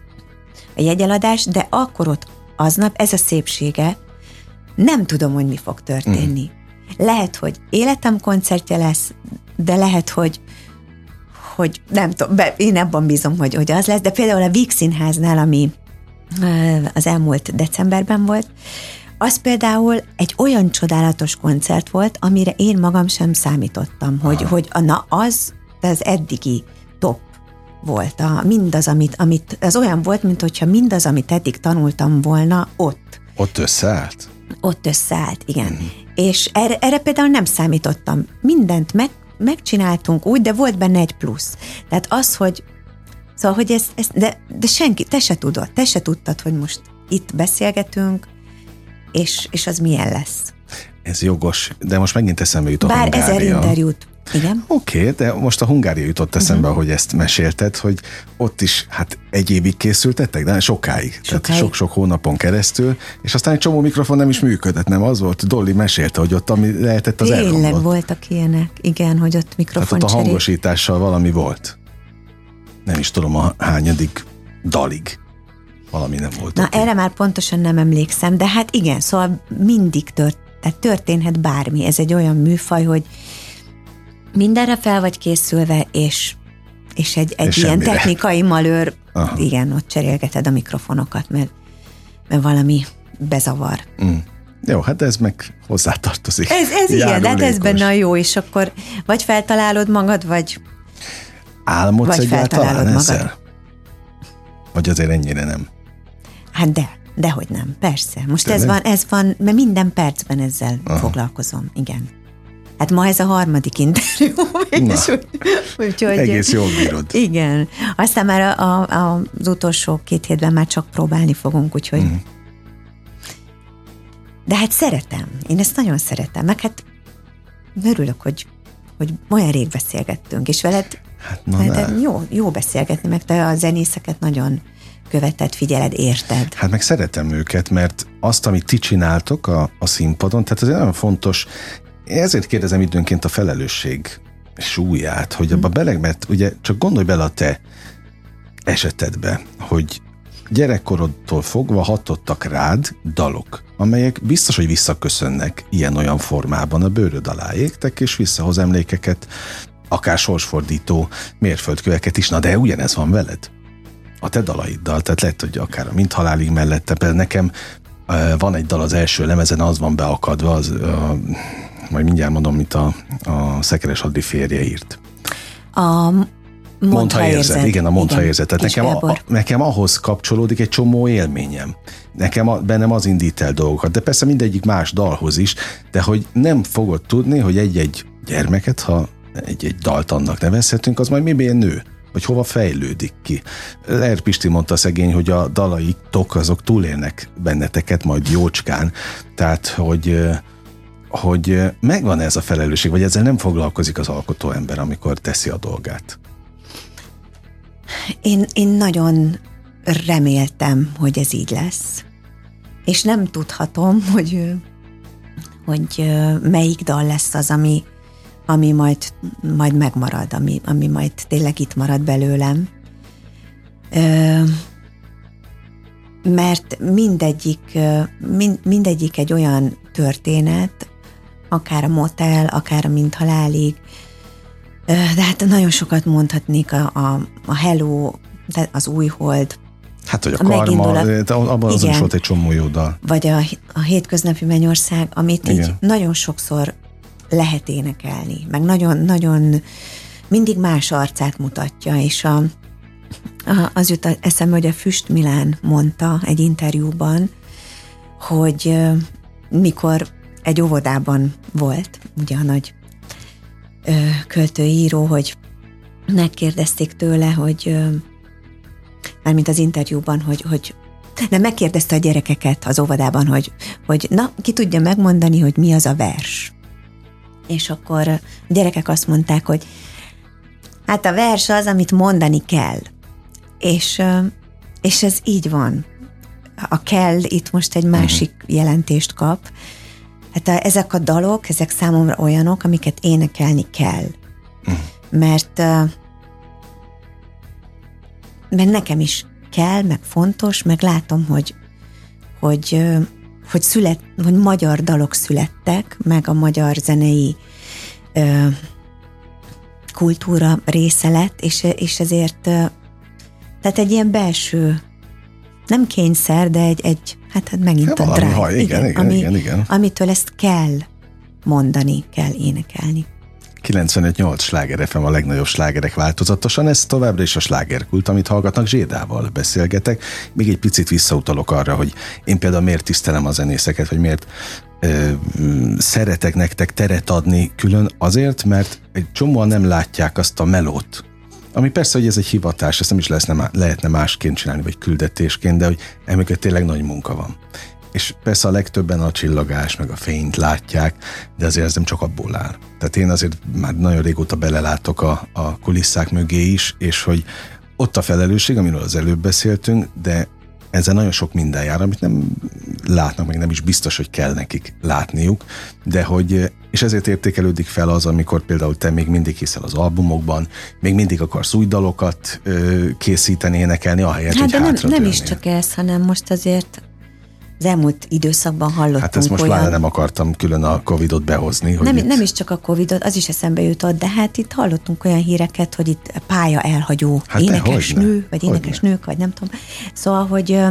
a jegyeladás, de akkor ott aznap, ez a szépsége, nem tudom, hogy mi fog történni. Mm. Lehet, hogy életem koncertje lesz, de lehet, hogy hogy nem tudom, be, én abban bízom, hogy, hogy az lesz, de például a Víg Színháznál, ami az elmúlt decemberben volt, az például egy olyan csodálatos koncert volt, amire én magam sem számítottam, hogy, hogy na az, az eddigi top volt. A, mindaz, amit, amit, az olyan volt, mint hogyha mindaz, amit eddig tanultam volna, ott. Ott összeállt? Ott összeállt, igen. Mm. És erre, erre például nem számítottam. Mindent meg, megcsináltunk úgy, de volt benne egy plusz. Tehát az, hogy szóval, hogy ez, ez de, de senki, te se tudod, te se tudtad, hogy most itt beszélgetünk, és, és az milyen lesz. Ez jogos, de most megint eszembe jut a Bár Hungária. ezer interjút. Igen. Oké, okay, de most a Hungária jutott eszembe, uh-huh. ahogy ezt mesélted, hogy ott is hát egy évig készültettek, de sokáig. sokáig. Tehát sok-sok hónapon keresztül, és aztán egy csomó mikrofon nem is működött, nem az volt? Dolly mesélte, hogy ott ami lehetett az elromlott. Tényleg voltak ilyenek, igen, hogy ott mikrofon Tehát ott a hangosítással valami volt. Nem is tudom a hányadik dalig. Valami nem volt. Na, okay. erre már pontosan nem emlékszem, de hát igen, szóval mindig tört, tehát történhet bármi. Ez egy olyan műfaj, hogy mindenre fel vagy készülve, és, és egy, egy és ilyen semmire. Technikai malőr, aha. igen, ott cserélgeted a mikrofonokat, mert, mert valami bezavar. Mm. Jó, hát ez meg hozzátartozik. Ez, ez igen, de hát ez benne a jó, és akkor vagy feltalálod magad, vagy álmodsz vagy egyáltalán ezzel? Magad. Vagy azért ennyire nem? Hát de, dehogy nem, persze. Most Tényleg? ez van, ez van, mert minden percben ezzel aha. foglalkozom, igen. Hát ma ez a harmadik interjú. úgy, úgyhogy, egész jól bírod. Igen. Aztán már a, a, az utolsó két hétben már csak próbálni fogunk, úgyhogy mm. de hát szeretem. Én ezt nagyon szeretem. Meg hát örülök, hogy, hogy olyan rég beszélgettünk, és veled hát, na, hát jó, jó beszélgetni, meg te a zenészeket nagyon követed, figyeled, érted. Hát meg szeretem őket, mert azt, amit ti csináltok a, a színpadon, tehát ez nagyon fontos. Ezért kérdezem időnként a felelősség súlyát, hogy abba bele, mert ugye csak gondolj bele a te esetedbe, hogy gyerekkorodtól fogva hatottak rád dalok, amelyek biztos, hogy visszaköszönnek ilyen-olyan formában a bőröd alá égtek, és visszahoz emlékeket akár sorsfordító mérföldköveket is, na de ugyanez van veled. A te dalaiddal, tehát lehet, hogy akár a Mint halálig mellette, például nekem van egy dal az első lemezen, az van beakadva, az, a, majd mindjárt mondom, mint a, a Szekeres Adri férje írt. A Mondd, ha érzed. Igen, a Mondd, ha érzed. Tehát nekem, a, nekem ahhoz kapcsolódik egy csomó élményem. Nekem a, bennem az indít el dolgokat, de persze mindegyik más dalhoz is, de hogy nem fogod tudni, hogy egy-egy gyermeket, ha egy-egy dalt annak nevezhetünk, az majd miben nő, vagy hova fejlődik ki. Leher Pisti mondta szegény, hogy a dalaitok azok túlélnek benneteket majd jócskán, tehát hogy, hogy megvan ez a felelősség, vagy ezzel nem foglalkozik az alkotó ember, amikor teszi a dolgát. Én, én nagyon reméltem, hogy ez így lesz. És nem tudhatom, hogy, hogy melyik dal lesz az, ami, ami majd, majd megmarad, ami, ami majd tényleg itt marad belőlem. Mert mindegyik, mind, mindegyik egy olyan történet, akár a Motel, akár a Mint halálig, de hát nagyon sokat mondhatnék a, a, a Hello, az Újhold. Hát, hogy a, a Karma, a, abban azon is volt egy csomó jó dal. Vagy a, a Hétköznapi Mennyország, amit igen. így nagyon sokszor lehet énekelni, meg nagyon-nagyon mindig más arcát mutatja, és a, a, az jut eszembe, hogy a Füst Milán mondta egy interjúban, hogy mikor egy óvodában volt, ugye a nagy költőíró, hogy megkérdezték tőle, hogy mármint az interjúban, hogy, hogy nem megkérdezte a gyerekeket az óvodában, hogy, hogy na, ki tudja megmondani, hogy mi az a vers. És akkor a gyerekek azt mondták, hogy hát a vers az, amit mondani kell. És, és ez így van. A kell itt most egy másik uh-huh. jelentést kap. Hát a, ezek a dalok, ezek számomra olyanok, amiket énekelni kell. Uh-huh. Mert, mert nekem is kell, meg fontos, meg látom, hogy, hogy, hogy, szület, hogy magyar dalok születtek, meg a magyar zenei ö, kultúra része lett, és, és ezért tehát egy ilyen belső, nem kényszer, de egy, egy hát, hát megint ja, a drive, ha, igen, igen, igen, ami, igen, igen. amitől ezt kell mondani, kell énekelni. kilencvenöt nyolc Sláger ef em a legnagyobb slágerek változatosan, ez továbbra is a slágerkult, amit hallgatnak, Zsédával beszélgetek. Még egy picit visszautalok arra, hogy én például miért tisztelem a zenészeket, vagy miért ö, szeretek nektek teret adni külön, azért, mert egy csomóan nem látják azt a melót, ami persze, hogy ez egy hivatás, ezt nem is lehetne, lehetne másként csinálni, vagy küldetésként, de hogy emögött tényleg nagy munka van. És persze a legtöbben a csillagás, meg a fényt látják, de azért ez nem csak abból áll. Tehát én azért már nagyon régóta belelátok a, a kulisszák mögé is, és hogy ott a felelősség, amiről az előbb beszéltünk, de ezzel nagyon sok minden jár, amit nem látnak, meg nem is biztos, hogy kell nekik látniuk, de hogy, és ezért értékelődik fel az, amikor például te még mindig hiszel az albumokban, még mindig akarsz új dalokat ö, készíteni, énekelni, ahelyett, hát hogy de nem, hátradőlnél. nem is csak ez, hanem most azért az elmúlt időszakban hallottunk Hát ezt most olyan... már nem akartam külön a Covidot behozni. Hogy nem, itt... nem is csak a Covidot, az is eszembe jutott, de hát itt hallottunk olyan híreket, hogy itt pálya elhagyó hát énekesnő, vagy énekesnők, vagy nem tudom. Szóval, hogy,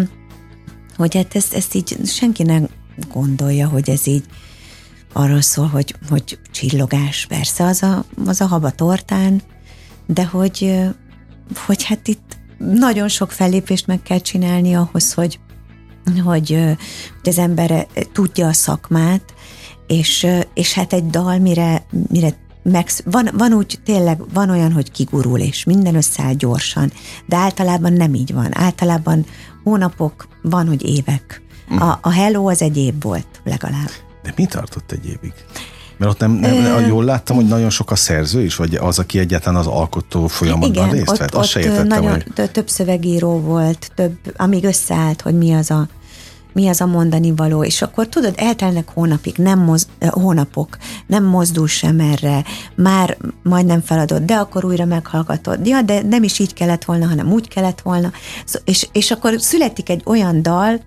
hogy hát ezt, ezt így senki nem gondolja, hogy ez így arról szól, hogy, hogy csillogás. Persze az a, az a haba tortán, de hogy, hogy hát itt nagyon sok fellépést meg kell csinálni ahhoz, hogy Hogy, hogy az ember tudja a szakmát, és, és hát egy dal, mire, mire megsz... van, van úgy tényleg, van olyan, hogy kigurul, és minden összeáll gyorsan, de általában nem így van. Általában hónapok, van, hogy évek. A, a Hello az egy év volt legalább. De mi tartott egy évig? Mert ott nem, nem jól láttam, hogy nagyon sok a szerző is, vagy az, aki egyáltalán az alkotó folyamatban igen, részt ott, vett? Azt se értettem, nagyon, hogy... több szövegíró volt, több, amíg összeállt, hogy mi az a mi az a mondani való, és akkor tudod, eltelnek hónapig, nem moz, hónapok, nem mozdul sem erre, már majdnem feladod, de akkor újra meghallgatod. Ja, de nem is így kellett volna, hanem úgy kellett volna. És, és akkor születik egy olyan dal,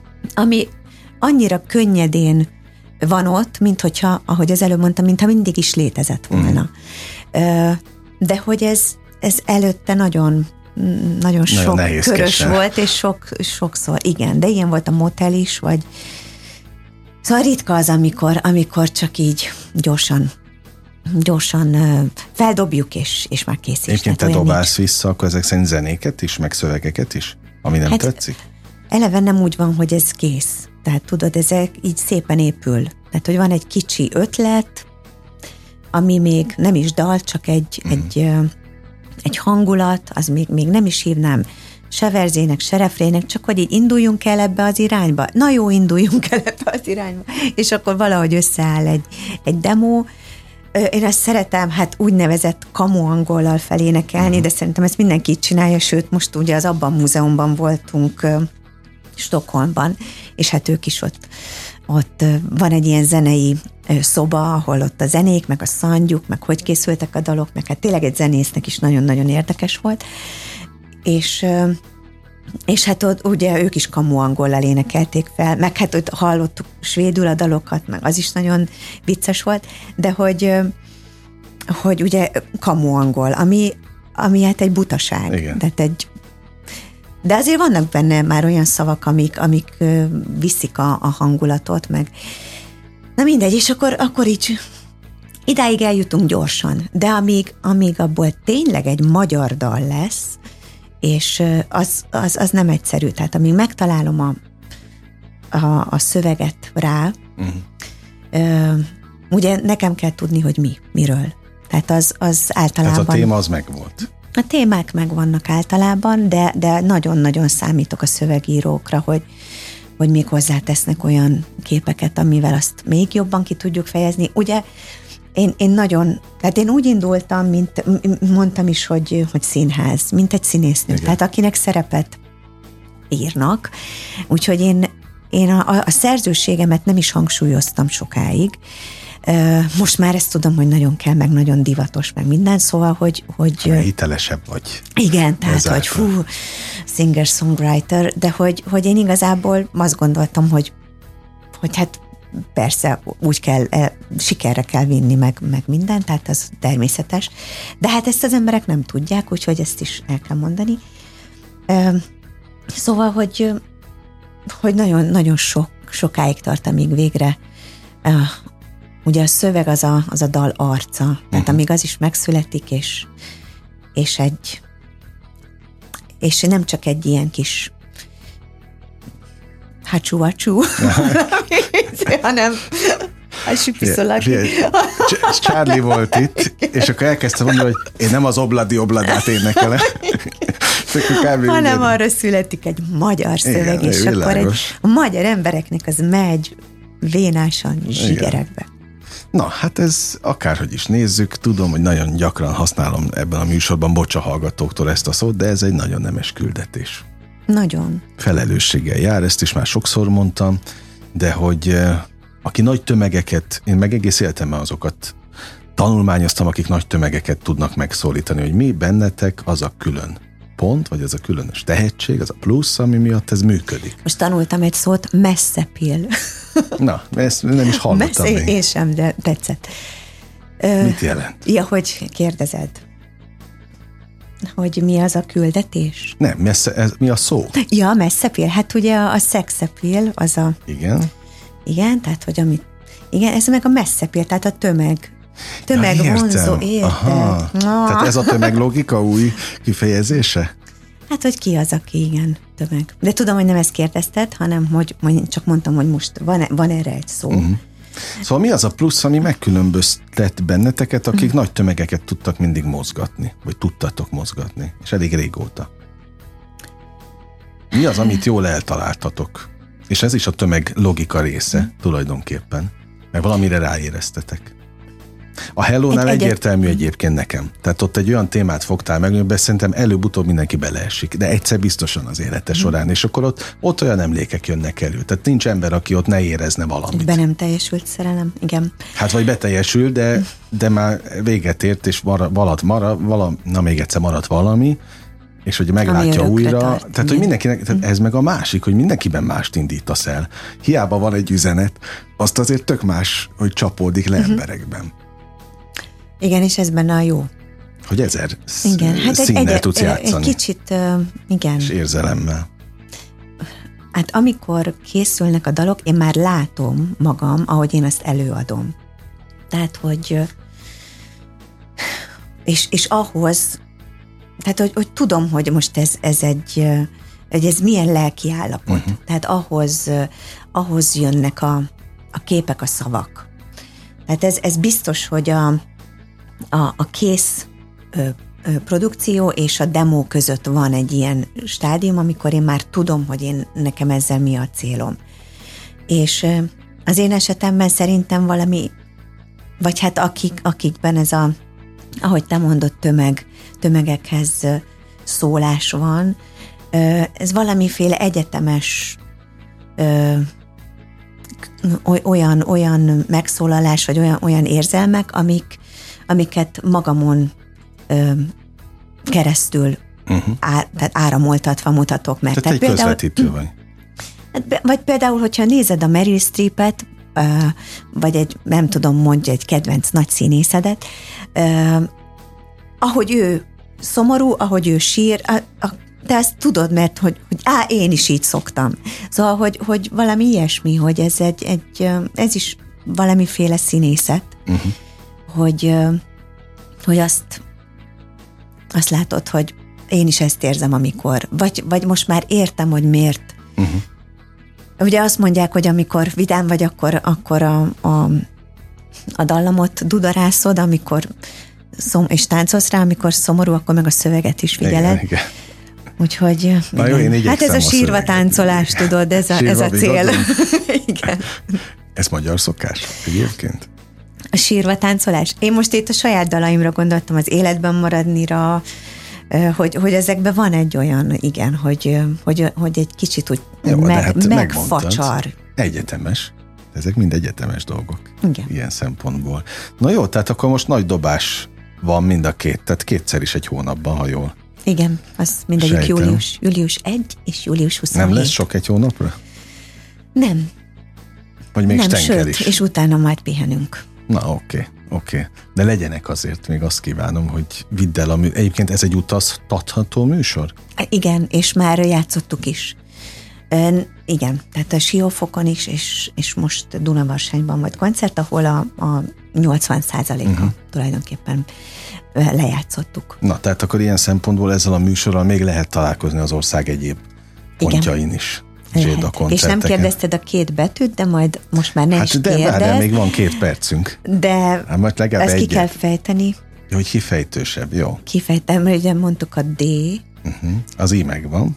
ami annyira könnyedén van ott, mint hogyha, ahogy az előbb mondtam, mintha mindig is létezett volna. De hogy ez, ez előtte nagyon nagyon sok nagyon körös volt, és sok, sokszor, igen, de ilyen volt a motel is, vagy szóval ritka az, amikor, amikor csak így gyorsan gyorsan feldobjuk, és, és már kész is. Egyébként te dobálsz nincs. Vissza, akkor ezek szerint zenéket is, meg szövegeket is, ami nem hát tetszik? Eleve nem úgy van, hogy ez kész. Tehát tudod, ezek így szépen épül. Tehát, hogy van egy kicsi ötlet, ami még nem is dal, csak egy, mm. egy, egy hangulat, az még, még nem is hívnám se verzének, se refrének, csak hogy így induljunk el ebbe az irányba. Na jó, induljunk el ebbe az irányba. És akkor valahogy összeáll egy, egy demo. Én ezt szeretem, hát úgynevezett kamu angollal felénekelni, de szerintem ezt mindenki így csinálja, sőt, most ugye az Abban Múzeumban voltunk Stockholmban, és hát ők is ott, ott van egy ilyen zenei szoba, ahol ott a zenék, meg a szandjuk, meg hogy készültek a dalok, meg hát tényleg egy zenésznek is nagyon-nagyon érdekes volt, és és hát ott ugye ők is kamu angollal énekelték fel, meg hát ott hallottuk svédül a dalokat, meg az is nagyon vicces volt, de hogy, hogy ugye kamu angol, ami, ami hát egy butaság. Igen. Tehát egy, de azért vannak benne már olyan szavak, amik, amik viszik a, a hangulatot, meg na mindegy, és akkor, akkor így idáig eljutunk gyorsan, de amíg, amíg abból tényleg egy magyar dal lesz, és az, az, az nem egyszerű. Tehát amíg megtalálom a, a, a szöveget rá, uh-huh. ö, ugye nekem kell tudni, hogy mi, miről. Tehát az, az általában... Tehát a téma az megvolt. A témák megvannak általában, de, de nagyon-nagyon számítok a szövegírókra, hogy, hogy még hozzátesznek olyan képeket, amivel azt még jobban ki tudjuk fejezni. Ugye Én, én nagyon, tehát én úgy indultam, mint mondtam is, hogy, hogy színház, mint egy színésznő, igen. Tehát akinek szerepet írnak, úgyhogy én, én a, a szerzőségemet nem is hangsúlyoztam sokáig. Most már ezt tudom, hogy nagyon kell, meg nagyon divatos, meg minden, szóval, hogy... hogy hitelesebb vagy. Igen, tehát, ezáltal. Hogy fú, singer-songwriter, de hogy, hogy én igazából azt gondoltam, hogy, hogy hát persze úgy kell, sikerre kell vinni meg, meg minden, tehát ez természetes. De hát ezt az emberek nem tudják, úgyhogy ezt is el kell mondani. Szóval, hogy, hogy nagyon, nagyon sok, sokáig tart, amíg végre ugye a szöveg az a, az a dal arca, tehát uh-huh. amíg az is megszületik, és, és egy és nem csak egy ilyen kis hacsú-hacsú, hanem a süpiszolaki. Charlie volt itt, és akkor elkezdte mondani, hogy én nem az obladi obladát énekelem. hanem arra születik egy magyar szöveg, igen, és világos. Akkor egy, a magyar embereknek az megy vénásan zsigerekbe. Igen. Na, hát ez akárhogy is nézzük, tudom, hogy nagyon gyakran használom ebben a műsorban bocsa hallgatóktól ezt a szót, de ez egy nagyon nemes küldetés. Nagyon. Felelősséggel jár, ezt is már sokszor mondtam, de hogy eh, aki nagy tömegeket, én meg egész életemben azokat tanulmányoztam, akik nagy tömegeket tudnak megszólítani, hogy mi bennetek az a külön pont, vagy az a különös tehetség, az a plusz, ami miatt ez működik. Most tanultam egy szót, messzepil. Na, ezt nem is hallottam még. Én sem, de tetszett. Mit jelent? Ja, hogy kérdezed? Hogy mi az a küldetés? Nem, messze, ez, mi a szó? Ja, messzepil. Hát ugye a, a szexepil az a... Igen. Igen, tehát hogy amit... Igen, ez meg a messzepil, tehát a tömeg. Tömegvonzó, ja, érted? Tehát ez a tömeglogika új kifejezése? Hát, hogy ki az, aki igen, tömeg. De tudom, hogy nem ezt kérdezted, hanem hogy, hogy csak mondtam, hogy most van, van erre egy szó. Uh-huh. Szóval mi az a plusz, ami megkülönböztet benneteket, akik uh-huh. nagy tömegeket tudtak mindig mozgatni, vagy tudtatok mozgatni, és elég régóta? Mi az, amit jól eltaláltatok? És ez is a tömeg logika része, uh-huh. tulajdonképpen. Meg valamire ráéreztetek. A Hello-nál egy, egyértelmű egyébként nekem. Tehát ott egy olyan témát fogtál meg, amiben szerintem előbb-utóbb mindenki beleesik, de egyszer biztosan az élete mm. során, és akkor ott, ott olyan emlékek jönnek elő. Tehát nincs ember, aki ott ne érezne valamit. Be nem teljesült szerelem, igen. Hát vagy beteljesül, de, de már véget ért, és maradt, maradt, vala, na még egyszer maradt valami, és hogy meglátja újra. Tart, tehát, hogy mindenkinek, tehát ez meg a másik, hogy mindenkiben mást indítasz el. Hiába van egy üzenet, azt azért tök más, hogy csapódik le uh-huh. emberekben. Igen, és ez benne a jó. Hogy ezer igen, hát színnel egy, tudsz egy, játszani. Egy kicsit, uh, igen. És érzelemmel. Hát amikor készülnek a dalok, én már látom magam, ahogy én azt előadom. Tehát, hogy és, és ahhoz, tehát, hogy, hogy tudom, hogy most ez, ez egy, hogy ez milyen lelki állapot. Uh-huh. Tehát ahhoz, ahhoz jönnek a, a képek, a szavak. Tehát ez, ez biztos, hogy a, a, a kész ö, ö, produkció és a demo között van egy ilyen stádium, amikor én már tudom, hogy én, nekem ezzel mi a célom. És ö, az én esetemben szerintem valami, vagy hát akik, akikben ez a, ahogy te mondod, tömeg, tömegekhez szólás van, ö, ez valamiféle egyetemes ö, olyan, olyan megszólalás, vagy olyan, olyan érzelmek, amik, amiket magamon ö, keresztül uh-huh. á, tehát áramoltatva mutatok meg. Tehát, tehát egy például, közvetítő vagy. Vagy például, hogyha nézed a Meryl Streepet, ö, vagy egy, nem tudom, mondja egy kedvenc nagy színészedet, ö, ahogy ő szomorú, ahogy ő sír, a, a de ezt tudod, mert hogy, hogy á, én is így szoktam. Szóval, hogy, hogy valami ilyesmi, hogy ez egy, egy ez is valamiféle színészet, uh-huh. hogy, hogy azt, azt látod, hogy én is ezt érzem, amikor, vagy, vagy most már értem, hogy miért. Uh-huh. Ugye azt mondják, hogy amikor vidám vagy, akkor, akkor a, a, a dallamot dudarászod, amikor szom, és táncolsz rá, amikor szomorú, akkor meg a szöveget is figyeled. Igen, igen. Úgyhogy na jó, én hát ez a sírva táncolás, tudod, ez a, ez a cél. Igen. Ez magyar szokás egyébként? A sírva táncolás. Én most itt a saját dalaimra gondoltam, az életben maradnira, hogy, hogy ezekben van egy olyan, igen, hogy, hogy, hogy egy kicsit úgy jó, meg, hát megfacsar. Egyetemes. Ezek mind egyetemes dolgok. Igen. Ilyen szempontból. Na jó, tehát akkor most nagy dobás van mind a két, tehát kétszer is egy hónapban, ha jól. Igen, az mindegyik Sejtem. július. július elseje és július huszonhét. Nem lesz sok egy hónapra? Nem. Vagy még nem, stenker sőt, is? És utána majd pihenünk. Na oké, okay, oké. Okay. De legyenek azért, még azt kívánom, hogy vidd el a mű... Egyébként ez egy utaztatható műsor? Igen, és már játszottuk is. Ön, igen, tehát a Siófokon is, és, és most Dunavarságban volt koncert, ahol a, a nyolcvan százaléka uh-huh. tulajdonképpen lejátszottuk. Na, tehát akkor ilyen szempontból ezzel a műsorral még lehet találkozni az ország egyéb pontjain igen. is. Zséda és nem kérdezted a két betűt, de majd most már ne hát is de kérdez. De még van két percünk. De hát ezt egyet. Ki kell fejteni. Jó, hogy kifejtősebb, jó. Kifejtem, mert ugye mondtuk a D. Uh-huh. Az I megvan.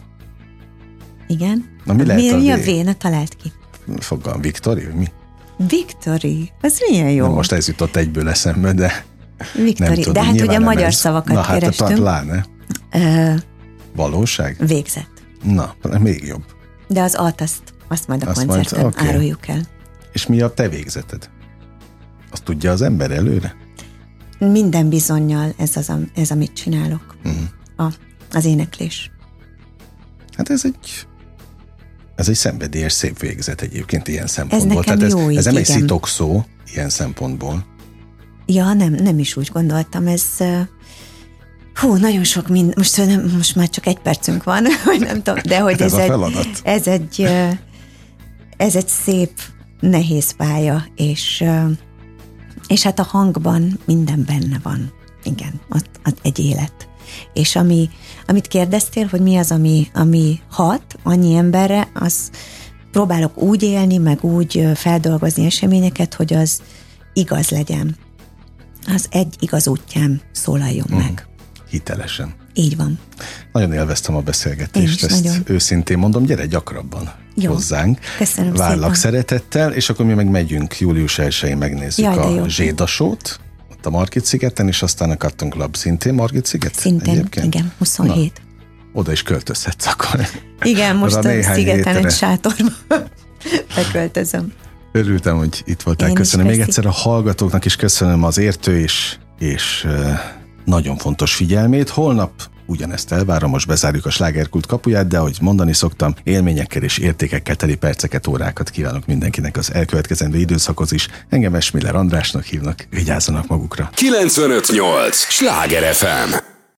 Igen. Na, mi lehet mi a, a V? Ne találd ki. Fogalm, Victory, mi? Victory, az milyen jó. Na, most ez jutott egyből eszembe, de Victory. nem tudom. De hát ugye magyar ez... szavakat Na, hát kerestünk. Na hát pláne. Uh, Valóság? Végzett. Na, még jobb. De az alt, azt, azt majd a azt koncerten majd, okay. áruljuk el. És mi a te végzeted? Azt tudja az ember előre? Minden bizonnyal ez, az, ez amit csinálok. Uh-huh. A, az éneklés. Hát ez egy ez egy szenvedélyes, szép végzet egyébként ilyen szempontból. Ez nekem Tehát jó ez, így, ez nem igen. egy szitokszó ilyen szempontból. Ja, nem, nem is úgy gondoltam. Ez hú, nagyon sok mind, most, nem, most már csak egy percünk van, vagy nem tudom, de hogy ez, ez, egy, ez, egy, ez egy szép, nehéz pálya, és, és hát a hangban minden benne van. Igen, ott, ott egy élet. És ami, amit kérdeztél, hogy mi az, ami, ami hat annyi emberre, az próbálok úgy élni, meg úgy feldolgozni eseményeket, hogy az igaz legyen. Az egy igaz útján szólaljon mm. meg. Hitelesen. Így van. Nagyon élveztem a beszélgetést, ezt nagyon. Őszintén mondom, gyere gyakrabban jó. hozzánk. Köszönöm Várlak szépen. szeretettel, és akkor mi meg megyünk július elsején megnézzük Jaj, a Zsédasót, ott a Margit-szigeten, és aztán a Cotton Club szintén Margit-sziget? Szintén, egyébként? Igen, huszonhét. Na, oda is költözhetsz akkor. Igen, most a, a szigeten hétre. Egy sátorba beköltözöm. Örültem, hogy itt voltál. Én köszönöm még egyszer a hallgatóknak is, köszönöm az értő és, és nagyon fontos figyelmét. Holnap ugyanezt elvárom, most bezárjuk a Slágerkult kapuját, de ahogy mondani szoktam, élményekkel és értékekkel teli perceket, órákat kívánok mindenkinek az elkövetkezendő időszakhoz is. Engem Esmiller Andrásnak hívnak, vigyázzanak magukra. kilencvenöt nyolc Sláger ef em